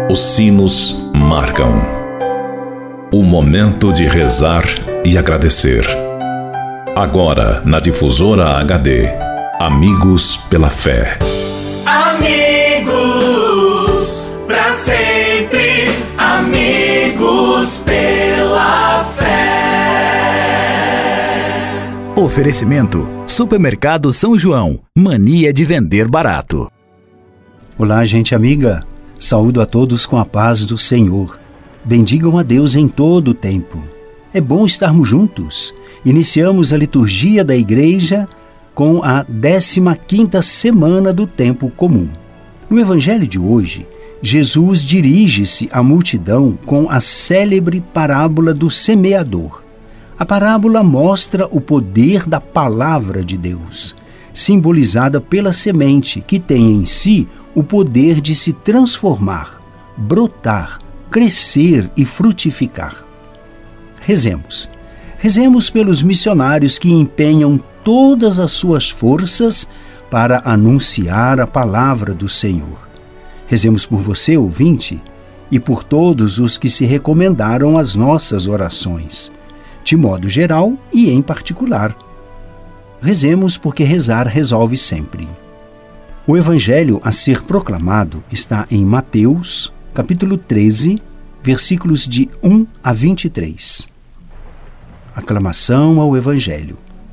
Os sinos marcam o momento de rezar e agradecer. Agora, na Difusora HD, Amigos pela Fé. Amigos, pra sempre, amigos pela fé. Oferecimento: Supermercado São João, mania de vender barato. Olá, gente amiga. Saúdo a todos com a paz do Senhor. Bendigam a Deus em todo o tempo. É bom estarmos juntos. Iniciamos a liturgia da igreja com a 15ª semana do tempo comum. No evangelho de hoje, Jesus dirige-se à multidão com a célebre parábola do semeador. A parábola mostra o poder da palavra de Deus, simbolizada pela semente que tem em si o poder de se transformar, brotar, crescer e frutificar. Rezemos. Rezemos pelos missionários que empenham todas as suas forças para anunciar a palavra do Senhor. Rezemos por você, ouvinte, e por todos os que se recomendaram às nossas orações, de modo geral e em particular. Rezemos porque rezar resolve sempre. O evangelho a ser proclamado está em Mateus, capítulo 13, versículos de 1 a 23. Aclamação ao evangelho.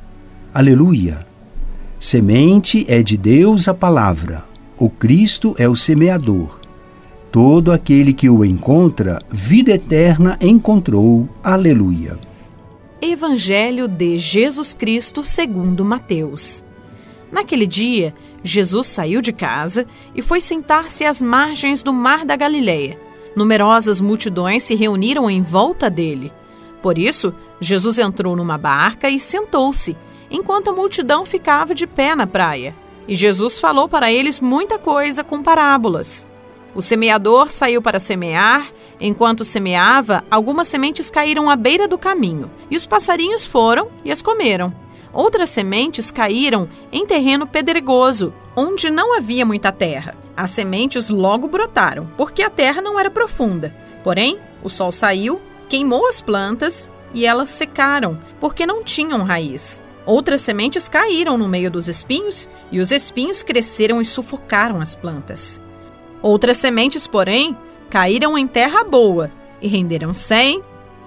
Aleluia! Semente é de Deus a palavra, o Cristo é o semeador. Todo aquele que o encontra, vida eterna encontrou. Aleluia! Evangelho de Jesus Cristo segundo Mateus. Naquele dia, Jesus saiu de casa e foi sentar-se às margens do mar da Galileia. Numerosas multidões se reuniram em volta dele. Por isso, Jesus entrou numa barca e sentou-se, enquanto a multidão ficava de pé na praia. E Jesus falou para eles muita coisa com parábolas. O semeador saiu para semear. Enquanto semeava, algumas sementes caíram à beira do caminho, e os passarinhos foram e as comeram. Outras sementes caíram em terreno pedregoso, onde não havia muita terra. As sementes logo brotaram, porque a terra não era profunda. Porém, o sol saiu, queimou as plantas e elas secaram, porque não tinham raiz. Outras sementes caíram no meio dos espinhos, e os espinhos cresceram e sufocaram as plantas. Outras sementes, porém, caíram em terra boa e renderam 100,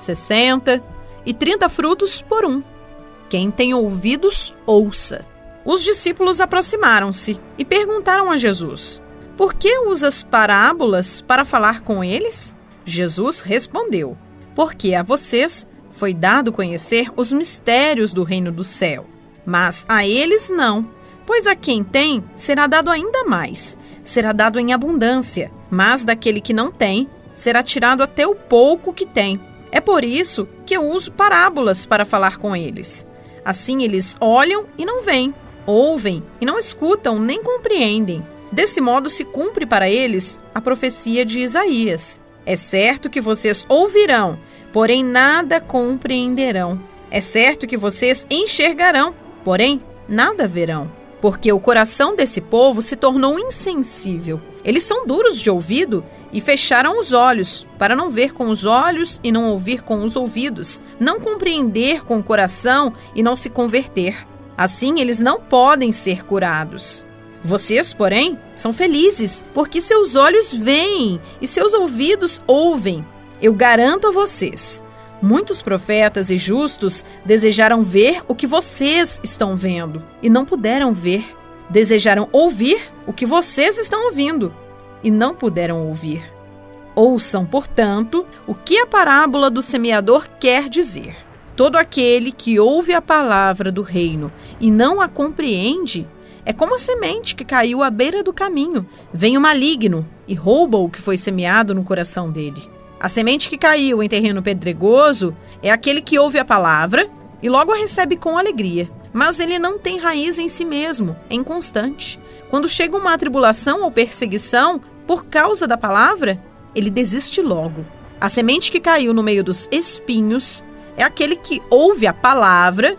60 e 30 frutos por um. Quem tem ouvidos, ouça. Os discípulos aproximaram-se e perguntaram a Jesus: por que usas parábolas para falar com eles? Jesus respondeu: porque a vocês foi dado conhecer os mistérios do reino do céu, mas a eles não. Pois a quem tem, será dado ainda mais, será dado em abundância, mas daquele que não tem, será tirado até o pouco que tem. É por isso que eu uso parábolas para falar com eles. Assim eles olham e não veem, ouvem e não escutam nem compreendem. Desse modo se cumpre para eles a profecia de Isaías. É certo que vocês ouvirão, porém nada compreenderão. É certo que vocês enxergarão, porém nada verão. Porque o coração desse povo se tornou insensível. Eles são duros de ouvido e fecharam os olhos, para não ver com os olhos e não ouvir com os ouvidos, não compreender com o coração e não se converter. Assim, eles não podem ser curados. Vocês, porém, são felizes, porque seus olhos veem e seus ouvidos ouvem. Eu garanto a vocês, muitos profetas e justos desejaram ver o que vocês estão vendo e não puderam ver. Desejaram ouvir o que vocês estão ouvindo e não puderam ouvir. Ouçam, portanto, o que a parábola do semeador quer dizer. Todo aquele que ouve a palavra do reino e não a compreende é como a semente que caiu à beira do caminho. Vem o maligno e rouba o que foi semeado no coração dele. A semente que caiu em terreno pedregoso é aquele que ouve a palavra e logo a recebe com alegria. Mas ele não tem raiz em si mesmo, é inconstante. Quando chega uma atribulação ou perseguição por causa da palavra, ele desiste logo. A semente que caiu no meio dos espinhos é aquele que ouve a palavra,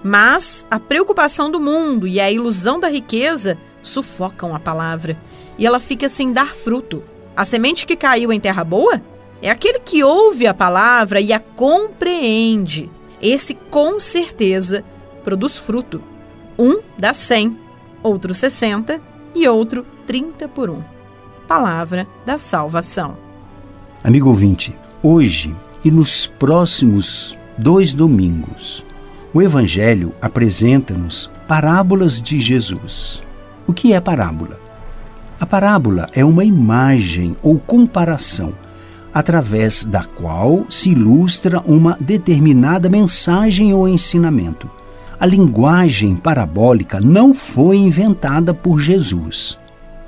mas a preocupação do mundo e a ilusão da riqueza sufocam a palavra e ela fica sem dar fruto. A semente que caiu em terra boa é aquele que ouve a palavra e a compreende. Esse, com certeza, produz fruto. Um dá 100, outro 60 e outro 30 por 1. Palavra da salvação. Amigo ouvinte, hoje e nos próximos 2 domingos, o Evangelho apresenta-nos parábolas de Jesus. O que é parábola? A parábola é uma imagem ou comparação através da qual se ilustra uma determinada mensagem ou ensinamento. A linguagem parabólica não foi inventada por Jesus.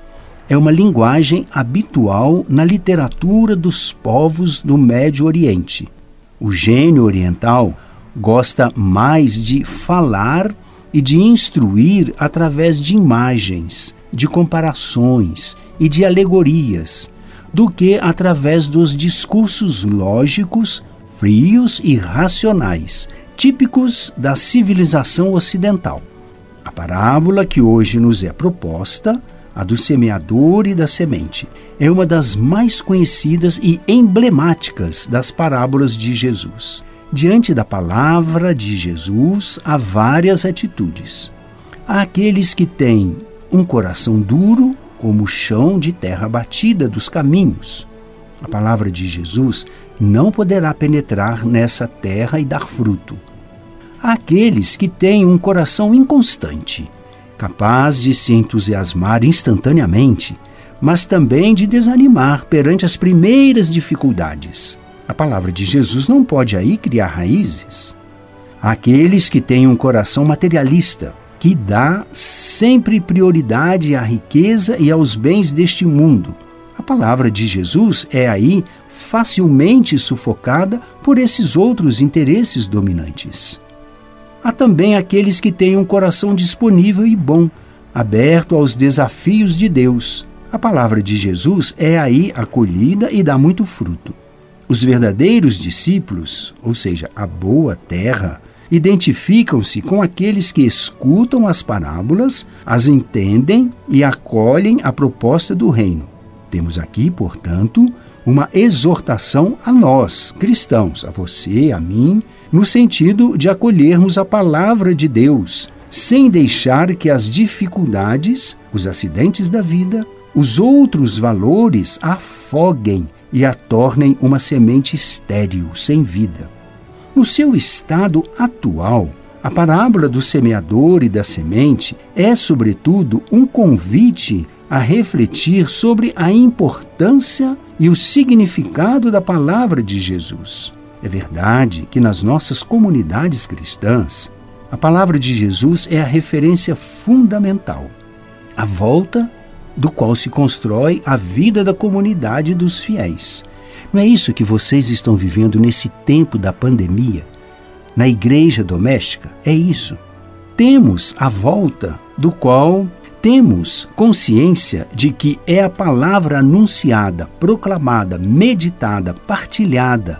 É uma linguagem habitual na literatura dos povos do Médio Oriente. O gênio oriental gosta mais de falar e de instruir através de imagens, de comparações e de alegorias, do que através dos discursos lógicos, frios e racionais, típicos da civilização ocidental. A parábola que hoje nos é proposta, a do semeador e da semente, é uma das mais conhecidas e emblemáticas das parábolas de Jesus. Diante da palavra de Jesus, há várias atitudes. Há aqueles que têm um coração duro, como o chão de terra batida dos caminhos. A palavra de Jesus não poderá penetrar nessa terra e dar fruto. Há aqueles que têm um coração inconstante, capaz de se entusiasmar instantaneamente, mas também de desanimar perante as primeiras dificuldades. A palavra de Jesus não pode aí criar raízes. Há aqueles que têm um coração materialista, que dá sempre prioridade à riqueza e aos bens deste mundo. A palavra de Jesus é aí facilmente sufocada por esses outros interesses dominantes. Há também aqueles que têm um coração disponível e bom, aberto aos desafios de Deus. A palavra de Jesus é aí acolhida e dá muito fruto. Os verdadeiros discípulos, ou seja, a boa terra, identificam-se com aqueles que escutam as parábolas, as entendem e acolhem a proposta do reino. Temos aqui, portanto, uma exortação a nós, cristãos, a você, a mim, no sentido de acolhermos a palavra de Deus, sem deixar que as dificuldades, os acidentes da vida, os outros valores a afoguem e a tornem uma semente estéril, sem vida. No seu estado atual, a parábola do semeador e da semente é, sobretudo, um convite a refletir sobre a importância e o significado da palavra de Jesus. É verdade que nas nossas comunidades cristãs, a palavra de Jesus é a referência fundamental, a volta do qual se constrói a vida da comunidade dos fiéis. Não é isso que vocês estão vivendo nesse tempo da pandemia? Na igreja doméstica? É isso. Temos a volta do qual temos consciência de que é a palavra anunciada, proclamada, meditada, partilhada,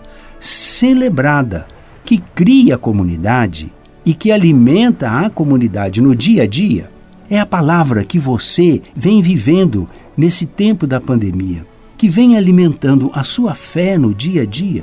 celebrada, que cria a comunidade e que alimenta a comunidade no dia a dia. É a palavra que você vem vivendo nesse tempo da pandemia, que vem alimentando a sua fé no dia a dia.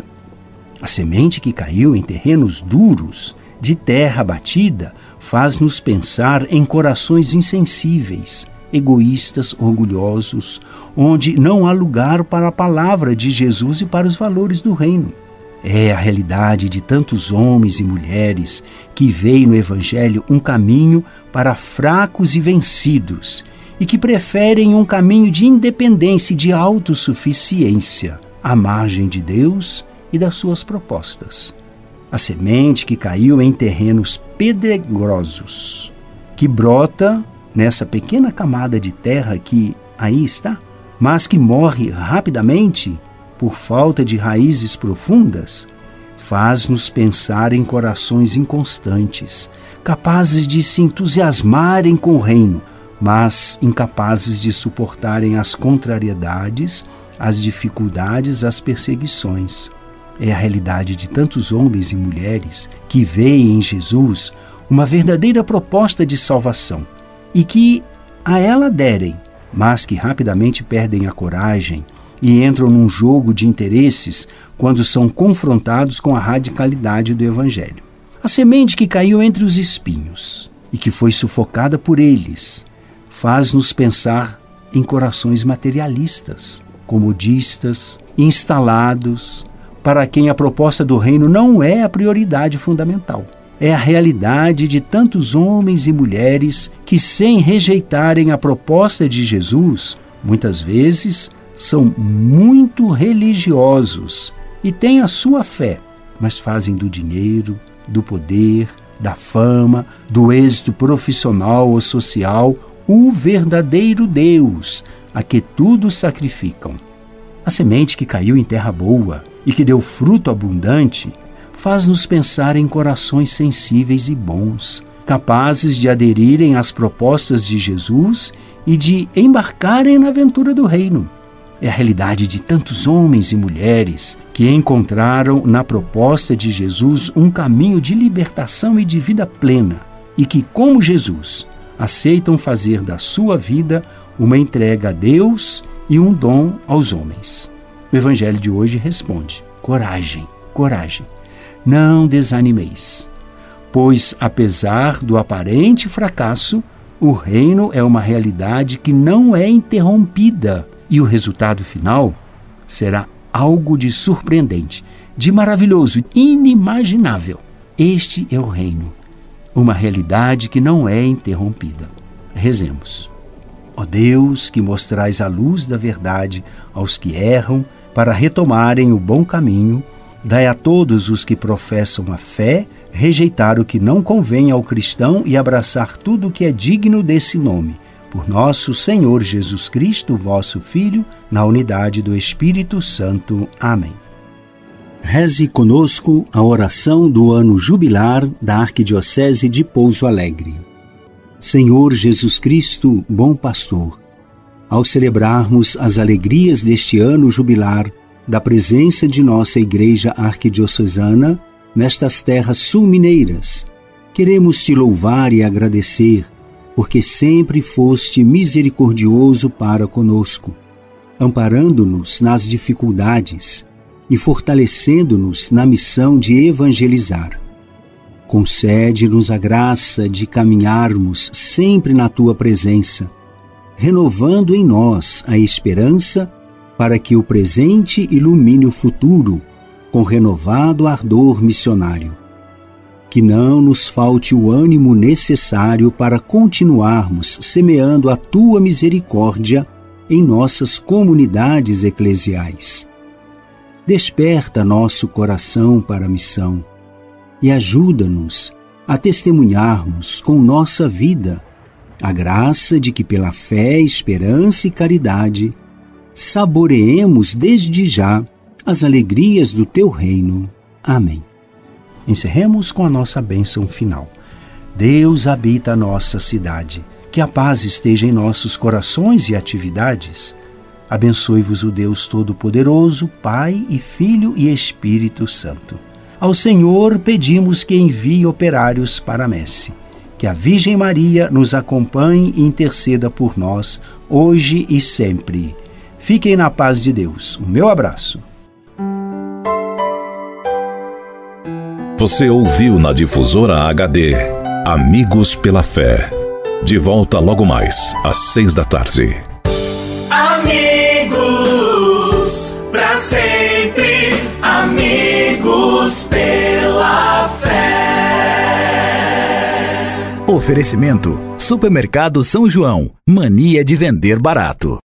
A semente que caiu em terrenos duros, de terra batida, faz-nos pensar em corações insensíveis, egoístas, orgulhosos, onde não há lugar para a palavra de Jesus e para os valores do reino. É a realidade de tantos homens e mulheres que veem no Evangelho um caminho para fracos e vencidos e que preferem um caminho de independência e de autossuficiência, à margem de Deus e das suas propostas. A semente que caiu em terrenos pedregosos, que brota nessa pequena camada de terra que aí está, mas que morre rapidamente por falta de raízes profundas, faz-nos pensar em corações inconstantes, capazes de se entusiasmarem com o reino, mas incapazes de suportarem as contrariedades, as dificuldades, as perseguições. É a realidade de tantos homens e mulheres que veem em Jesus uma verdadeira proposta de salvação e que a ela aderem, mas que rapidamente perdem a coragem e entram num jogo de interesses quando são confrontados com a radicalidade do Evangelho. A semente que caiu entre os espinhos e que foi sufocada por eles faz-nos pensar em corações materialistas, comodistas, instalados, para quem a proposta do reino não é a prioridade fundamental. É a realidade de tantos homens e mulheres que, sem rejeitarem a proposta de Jesus, muitas vezes são muito religiosos e têm a sua fé, mas fazem do dinheiro, do poder, da fama, do êxito profissional ou social o verdadeiro Deus, a que tudo sacrificam. A semente que caiu em terra boa e que deu fruto abundante faz-nos pensar em corações sensíveis e bons, capazes de aderirem às propostas de Jesus e de embarcarem na aventura do reino. É a realidade de tantos homens e mulheres que encontraram na proposta de Jesus um caminho de libertação e de vida plena e que, como Jesus, aceitam fazer da sua vida uma entrega a Deus e um dom aos homens. O Evangelho de hoje responde: coragem, coragem, não desanimeis, pois, apesar do aparente fracasso, o reino é uma realidade que não é interrompida e o resultado final será algo de surpreendente, de maravilhoso, inimaginável. Este é o reino, uma realidade que não é interrompida. Rezemos. Ó Deus, que mostrais a luz da verdade aos que erram para retomarem o bom caminho, dai a todos os que professam a fé rejeitar o que não convém ao cristão e abraçar tudo o que é digno desse nome. Por nosso Senhor Jesus Cristo, vosso Filho, na unidade do Espírito Santo. Amém. Reze conosco a oração do ano jubilar da Arquidiocese de Pouso Alegre. Senhor Jesus Cristo, bom pastor, ao celebrarmos as alegrias deste ano jubilar da presença de nossa Igreja Arquidiocesana nestas terras sul-mineiras, queremos te louvar e agradecer, porque sempre foste misericordioso para conosco, amparando-nos nas dificuldades e fortalecendo-nos na missão de evangelizar. Concede-nos a graça de caminharmos sempre na tua presença, renovando em nós a esperança para que o presente ilumine o futuro com renovado ardor missionário. Que não nos falte o ânimo necessário para continuarmos semeando a tua misericórdia em nossas comunidades eclesiais. Desperta nosso coração para a missão e ajuda-nos a testemunharmos com nossa vida a graça de que pela fé, esperança e caridade saboreemos desde já as alegrias do teu reino. Amém. Encerremos com a nossa bênção final. Deus habita a nossa cidade. Que a paz esteja em nossos corações e atividades. Abençoe-vos o Deus Todo-Poderoso, Pai e Filho e Espírito Santo. Ao Senhor pedimos que envie operários para a messe. Que a Virgem Maria nos acompanhe e interceda por nós, hoje e sempre. Fiquem na paz de Deus. O meu abraço. Você ouviu na Difusora HD Amigos pela Fé. De volta logo mais, às 6h. Amigos, pra sempre, amigos pela fé. Oferecimento: Supermercado São João. Mania de vender barato.